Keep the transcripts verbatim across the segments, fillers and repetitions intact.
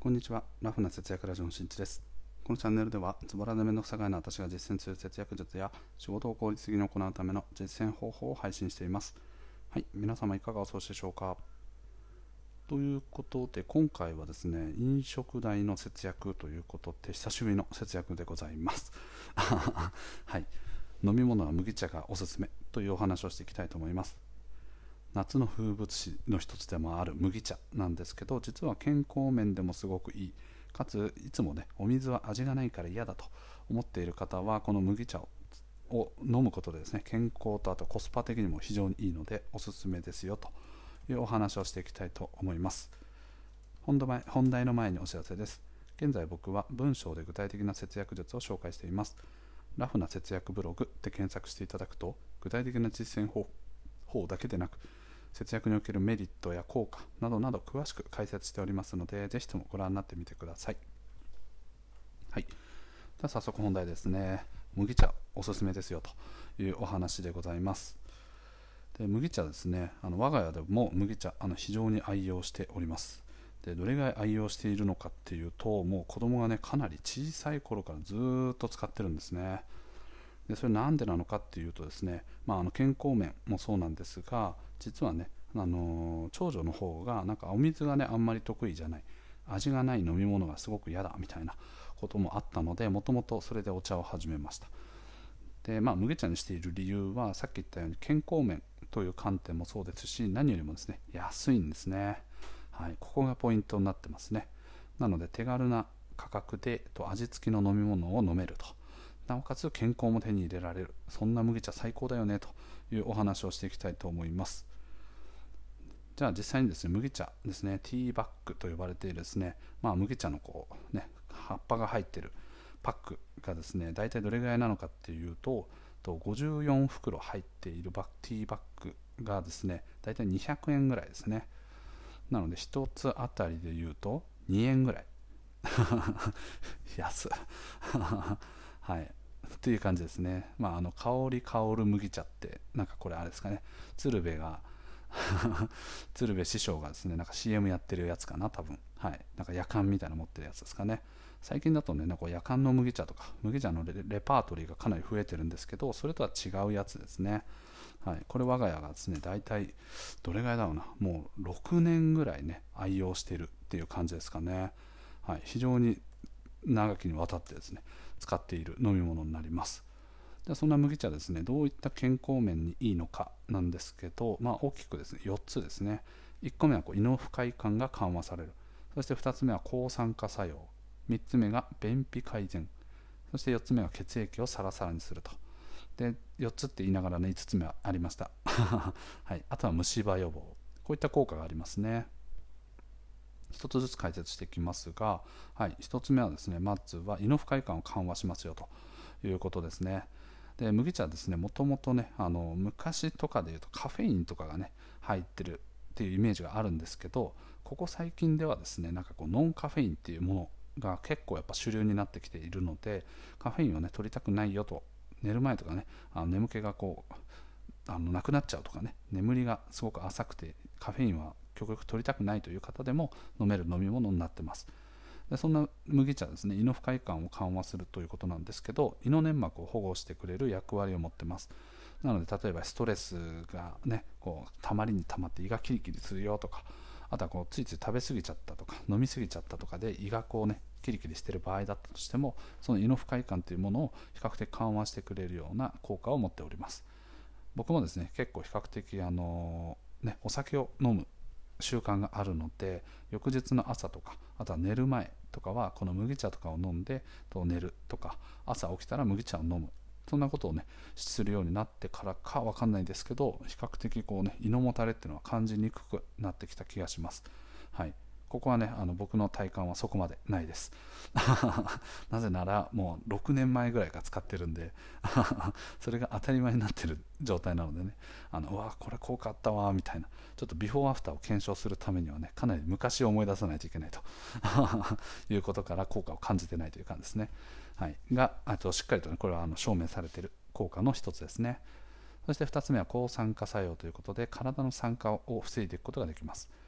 こんにちは。ラフな節約ラジオのしんいちです。このチャンネルでは、ズボラでめんどくさがいの私が実践する節約術や仕事を効率的に行うための実践方法を配信しています。はい、皆様いかがお過ごしでしょうか。ということで、今回はですね、飲食代の節約ということで、久しぶりの節約でございます。はい、飲み物は麦茶がおすすめというお話をしていきたいと思います。夏の風物詩の一つでもある麦茶なんですけど、実は健康面でもすごくいい、かついつもねお水は味がないから嫌だと思っている方は、この麦茶をを飲むことでですね、健康とあとコスパ的にも非常にいいのでおすすめですよというお話をしていきたいと思います。本題本題の前にお知らせです。現在僕は文章で具体的な節約術を紹介しています。ラフな節約ブログで検索していただくと、具体的な実践方法だけでなく、節約におけるメリットや効果などなど詳しく解説しておりますので、ぜひともご覧になってみてください。はい。では早速本題ですね。麦茶おすすめですよというお話でございます。で麦茶ですね、あの我が家でも麦茶あの非常に愛用しております。でどれぐらい愛用しているのかっていうと、もう子供がねかなり小さい頃からずっと使ってるんですね。でそれなんでなのかっていうとですね、まあ、あの健康面もそうなんですが、実はね、あのー長女の方がなんかお水がねあんまり得意じゃない、味がない飲み物がすごく嫌だみたいなこともあったので、もともとそれでお茶を始めました。でまあ麦茶にしている理由は、さっき言ったように健康面という観点もそうですし、何よりもですね安いんですね。はい、ここがポイントになってますね。なので手軽な価格でと味付きの飲み物を飲めると、なおかつ健康も手に入れられる、そんな麦茶最高だよねというお話をしていきたいと思います。じゃあ実際にですね、麦茶ですね、ティーバッグと呼ばれているですね、まあ、麦茶のこう、ね、葉っぱが入っているパックがですね、大体どれぐらいなのかっていうと、ごじゅうよん袋入っているバティーバッグがですね、大体にひゃくえんぐらいですね。なのでひとつあたりでいうとにえんぐらい。安はい。っていう感じですね。まあ、あの香り香る麦茶って、なんかこれあれですかね、鶴瓶が鶴瓶師匠がですね、なんか シーエム やってるやつかな、多分。はい。なんか夜間みたいなの持ってるやつですかね。最近だとね、なんか夜間の麦茶とか、麦茶のレレパートリーがかなり増えてるんですけど、それとは違うやつですね。はい。これ我が家がですね、大体、どれぐらいだろうな、もうろくねんぐらいね、愛用してるっていう感じですかね。はい。非常に長きにわたってですね、使っている飲み物になります。でそんな麦茶ですね、どういった健康面にいいのかなんですけど、まあ、大きくですねよっつですね。いっこめはこう胃の不快感が緩和される、そしてふたつめは抗酸化作用、みっつめが便秘改善、そしてよっつめは血液をサラサラにすると。でよっつって言いながらね、いつつめはありました。はい、あとは虫歯予防、こういった効果がありますね。一つずつ解説していきますが、はい、一つ目はですね、まずは胃の不快感を緩和しますよということですね。で麦茶ですね、もともとね、あの昔とかでいうとカフェインとかがね入ってるっていうイメージがあるんですけど、ここ最近ではですね、なんかこうノンカフェインっていうものが結構やっぱ主流になってきているので、カフェインをね取りたくないよと、寝る前とかね、あの眠気がこうあのなくなっちゃうとかね、眠りがすごく浅くてカフェインは極力取りたくないという方でも飲める飲み物になってます。でそんな麦茶ですね、胃の不快感を緩和するということなんですけど、胃の粘膜を保護してくれる役割を持ってます。なので例えばストレスがねこうたまりにたまって胃がキリキリするよとか、あとはこうついつい食べ過ぎちゃったとか飲み過ぎちゃったとかで胃がこうねキリキリしている場合だったとしても、その胃の不快感というものを比較的緩和してくれるような効果を持っております。僕もですね結構比較的あのねお酒を飲む習慣があるので、翌日の朝とか、あとは寝る前とかはこの麦茶とかを飲んでと寝るとか、朝起きたら麦茶を飲む、そんなことをねするようになってからかわかんないですけど、比較的こうね胃のもたれっていうのは感じにくくなってきた気がします。はい。ここはね、あの僕の体感はそこまでないです。なぜならもうろくねんまえぐらいから使ってるんでそれが当たり前になってる状態なのでね、あのうわこれ効果あったわみたいな、ちょっとビフォーアフターを検証するためにはね、かなり昔を思い出さないといけないということから効果を感じてないという感じですね。はい、があとしっかりとねこれはあの証明されている効果の一つですね。そしてふたつめは抗酸化作用ということで、体の酸化を防いでいくことができます。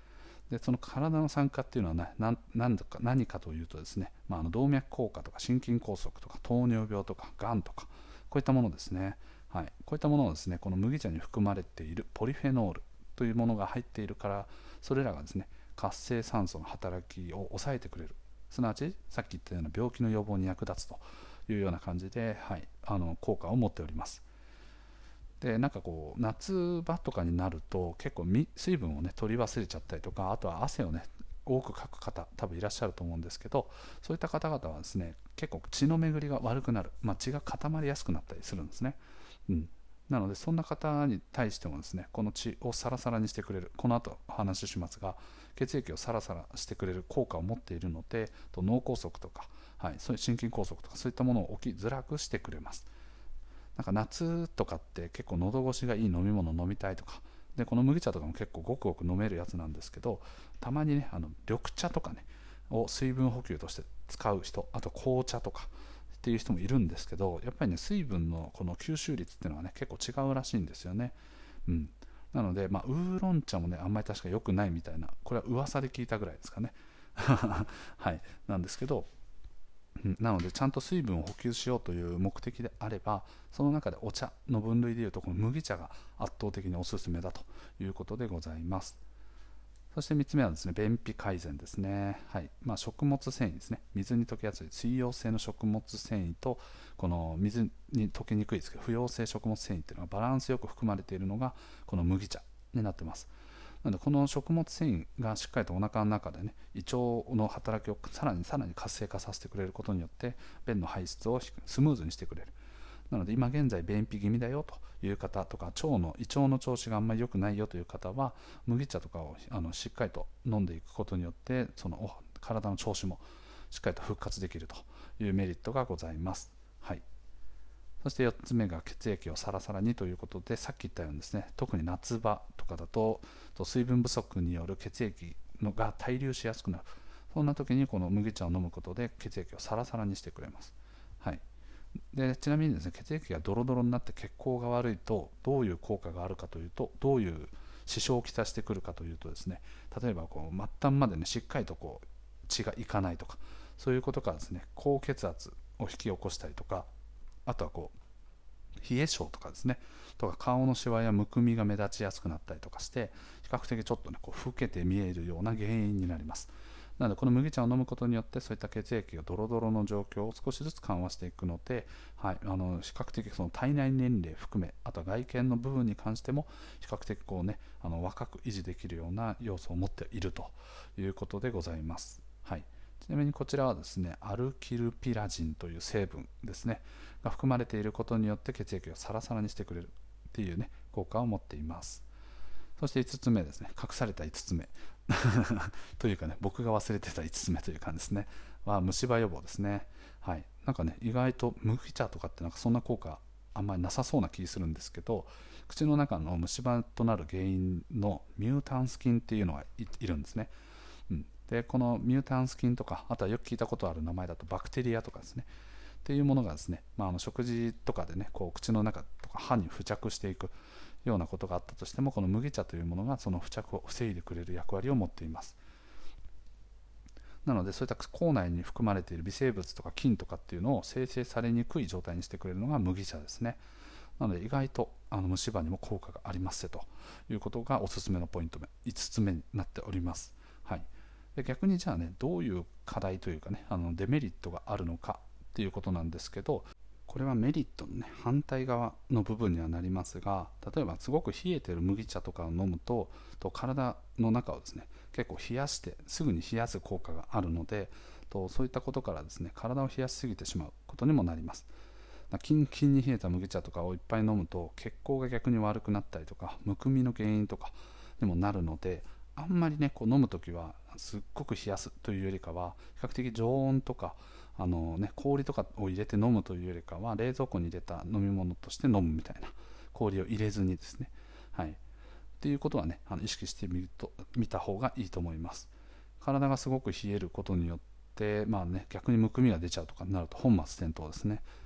でその体の酸化っていうのは、ね、何, 何, か何かというとですね、まあ、あの動脈硬化とか心筋梗塞とか糖尿病とかがんとか、こういったものですね、はい、こういったものをですね、この麦茶に含まれているポリフェノールというものが入っているから、それらがですね、活性酸素の働きを抑えてくれる、すなわちさっき言ったような病気の予防に役立つというような感じで、はい、あの効果を持っております。でなんかこう夏場とかになると結構水分をね取り忘れちゃったりとか、あとは汗をね多くかく方多分いらっしゃると思うんですけど、そういった方々はですね結構血の巡りが悪くなる、まあ、血が固まりやすくなったりするんですね、うん、なのでそんな方に対してもですね、この血をサラサラにしてくれる、この後お話ししますが血液をサラサラしてくれる効果を持っているので、と脳梗塞とか、はい、そういう心筋梗塞とかそういったものを起きづらくしてくれます。なんか夏とかって結構喉越しがいい飲み物飲みたいとかで、この麦茶とかも結構ごくごく飲めるやつなんですけど、たまにねあの緑茶とかねを水分補給として使う人、あと紅茶とかっていう人もいるんですけど、やっぱりね水分のこの吸収率っていうのはね結構違うらしいんですよね、うん、なので、まあ、ウーロン茶もねあんまり確か良くないみたいな、これは噂で聞いたぐらいですかねはいなんですけど、なのでちゃんと水分を補給しようという目的であれば、その中でお茶の分類でいうとこの麦茶が圧倒的におすすめだということでございます。そしてみっつめはですね、便秘改善ですね、はいまあ、食物繊維ですね、水に溶けやすい水溶性の食物繊維と、この水に溶けにくいですけど不溶性食物繊維っていうのがバランスよく含まれているのがこの麦茶になっています。なのでこの食物繊維がしっかりとお腹の中でね胃腸の働きをさらにさらに活性化させてくれることによって便の排出をスムーズにしてくれる。なので今現在便秘気味だよという方とか、腸の胃腸の調子があんまり良くないよという方は麦茶とかをあのしっかりと飲んでいくことによって、その体の調子もしっかりと復活できるというメリットがございます。はい、そしてよっつめが血液をサラサラにということで、さっき言ったようにですね、特に夏場とかだと水分不足による血液のが滞留しやすくなる、そんな時にこの麦茶を飲むことで血液をサラサラにしてくれます。はい、でちなみにですね、血液がドロドロになって血行が悪いとどういう効果があるかというと、どういう支障をきたしてくるかというとですね、例えばこう末端までねしっかりとこう血がいかないとか、そういうことからですね高血圧を引き起こしたりとか、あとはこう冷え性とかですね、とか顔のシワやむくみが目立ちやすくなったりとかして、比較的ちょっとねこう老けて見えるような原因になります。なのでこの麦茶を飲むことによってそういった血液がドロドロの状況を少しずつ緩和していくので、はい、あの比較的その体内年齢含め、あとは外見の部分に関しても比較的こう、ね、あの若く維持できるような要素を持っているということでございます。はい、ちなみにこちらはですねアルキルピラジンという成分ですねが含まれていることによって血液をサラサラにしてくれるっていうね効果を持っています。そしていつつめですね、隠されたいつつめというかね、僕が忘れてたいつつめというかですねは虫歯予防ですね。はい、なんかね意外と麦茶とかってなんかそんな効果あんまりなさそうな気するんですけど、口の中の虫歯となる原因のミュータンス菌っていうのが い, いるんですね。うん、でこのミュータンス菌とか、あとはよく聞いたことある名前だとバクテリアとかですねっていうものがですね、まあ、あの食事とかでねこう口の中とか歯に付着していくようなことがあったとしても、この麦茶というものがその付着を防いでくれる役割を持っています。なのでそういった口内に含まれている微生物とか菌とかっていうのを生成されにくい状態にしてくれるのが麦茶ですね。なので意外とあの虫歯にも効果がありますということがおすすめのポイントいつつめになっております。はい、で逆にじゃあねどういう課題というかねあのデメリットがあるのかっていうことなんですけど、これはメリットの、ね、反対側の部分にはなりますが、例えばすごく冷えている麦茶とかを飲むとと体の中をですね結構冷やしてすぐに冷やす効果があるので、とそういったことからですね体を冷やしすぎてしまうことにもなります。キンキンに冷えた麦茶とかをいっぱい飲むと血行が逆に悪くなったりとかむくみの原因とかにもなるので、あんまりねこう飲むときはすっごく冷やすというよりかは比較的常温とかあの、ね、氷とかを入れて飲むというよりかは冷蔵庫に入れた飲み物として飲むみたいな、氷を入れずにですね、はい、っていうことはねあの意識してみると見た方がいいと思います。体がすごく冷えることによって、まあね、逆にむくみが出ちゃうとかになると本末転倒ですね。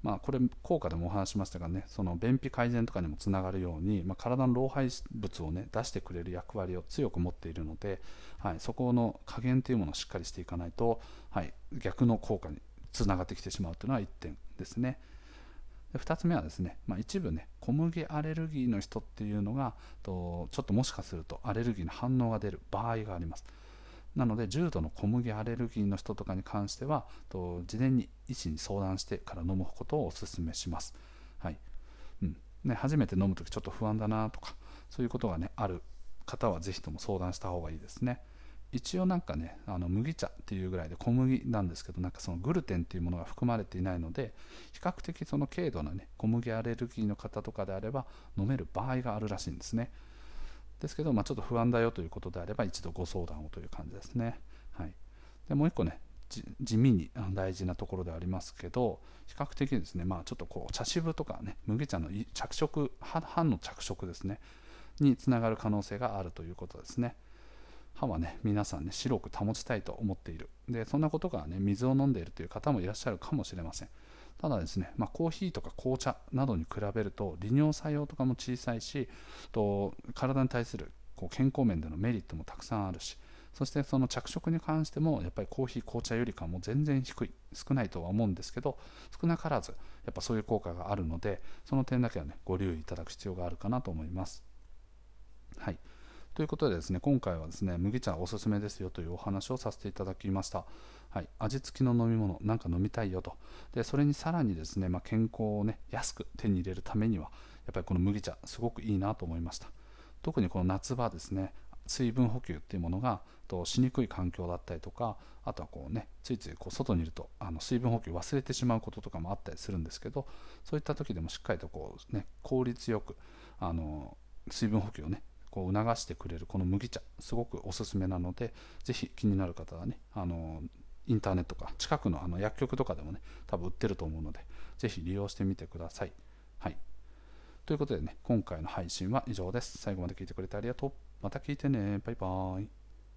まあ、これ効果でもお話ししましたがね、その便秘改善とかにもつながるように、まあ、体の老廃物をね出してくれる役割を強く持っているので、はい、そこの加減というものをしっかりしていかないと、はい、逆の効果につながってきてしまうというのはいってんですね。でふたつめはですね、まあ、一部ね小麦アレルギーの人っていうのがとちょっともしかするとアレルギーの反応が出る場合があります。なので重度の小麦アレルギーの人とかに関してはと事前に医師に相談してから飲むことをお勧めします。はいうんね、初めて飲むときちょっと不安だなとかそういうことが、ね、ある方はぜひとも相談した方がいいですね。一応なんかねあの麦茶っていうぐらいで小麦なんですけど、なんかそのグルテンっていうものが含まれていないので、比較的その軽度な、ね、小麦アレルギーの方とかであれば飲める場合があるらしいんですね。ですけど、まあ、ちょっと不安だよということであれば一度ご相談をという感じですね。はい、でもう一個ね地味に大事なところでありますけど、比較的ですね、まあ、ちょっとこう茶渋とかね麦茶の着色歯の着色ですねにつながる可能性があるということですね。歯はね皆さんね白く保ちたいと思っている。でそんなことがね水を飲んでいるという方もいらっしゃるかもしれません。ただですね、まあ、コーヒーとか紅茶などに比べると利尿作用とかも小さいし、と体に対するこう健康面でのメリットもたくさんあるし、そしてその着色に関してもやっぱりコーヒー紅茶よりかも全然低い少ないとは思うんですけど、少なからずやっぱそういう効果があるので、その点だけはねご留意いただく必要があるかなと思います。はい、ということでですね、今回はですね麦茶おすすめですよというお話をさせていただきました。はい、味付きの飲み物なんか飲みたいよと。でそれにさらにですね、まあ、健康をね安く手に入れるためにはやっぱりこの麦茶すごくいいなと思いました。特にこの夏場ですね、水分補給っていうものがとしにくい環境だったりとか、あとはこうねついついこう外にいるとあの水分補給忘れてしまうこととかもあったりするんですけど、そういった時でもしっかりとこう、ね、効率よくあの水分補給をねこう促してくれるこの麦茶すごくおすすめなので、ぜひ気になる方はねあのインターネットか近くのあの薬局とかでもね多分売ってると思うので、ぜひ利用してみてください。はい、ということでね今回の配信は以上です。最後まで聞いてくれてありがとう。また聞いてね。バイバーイ。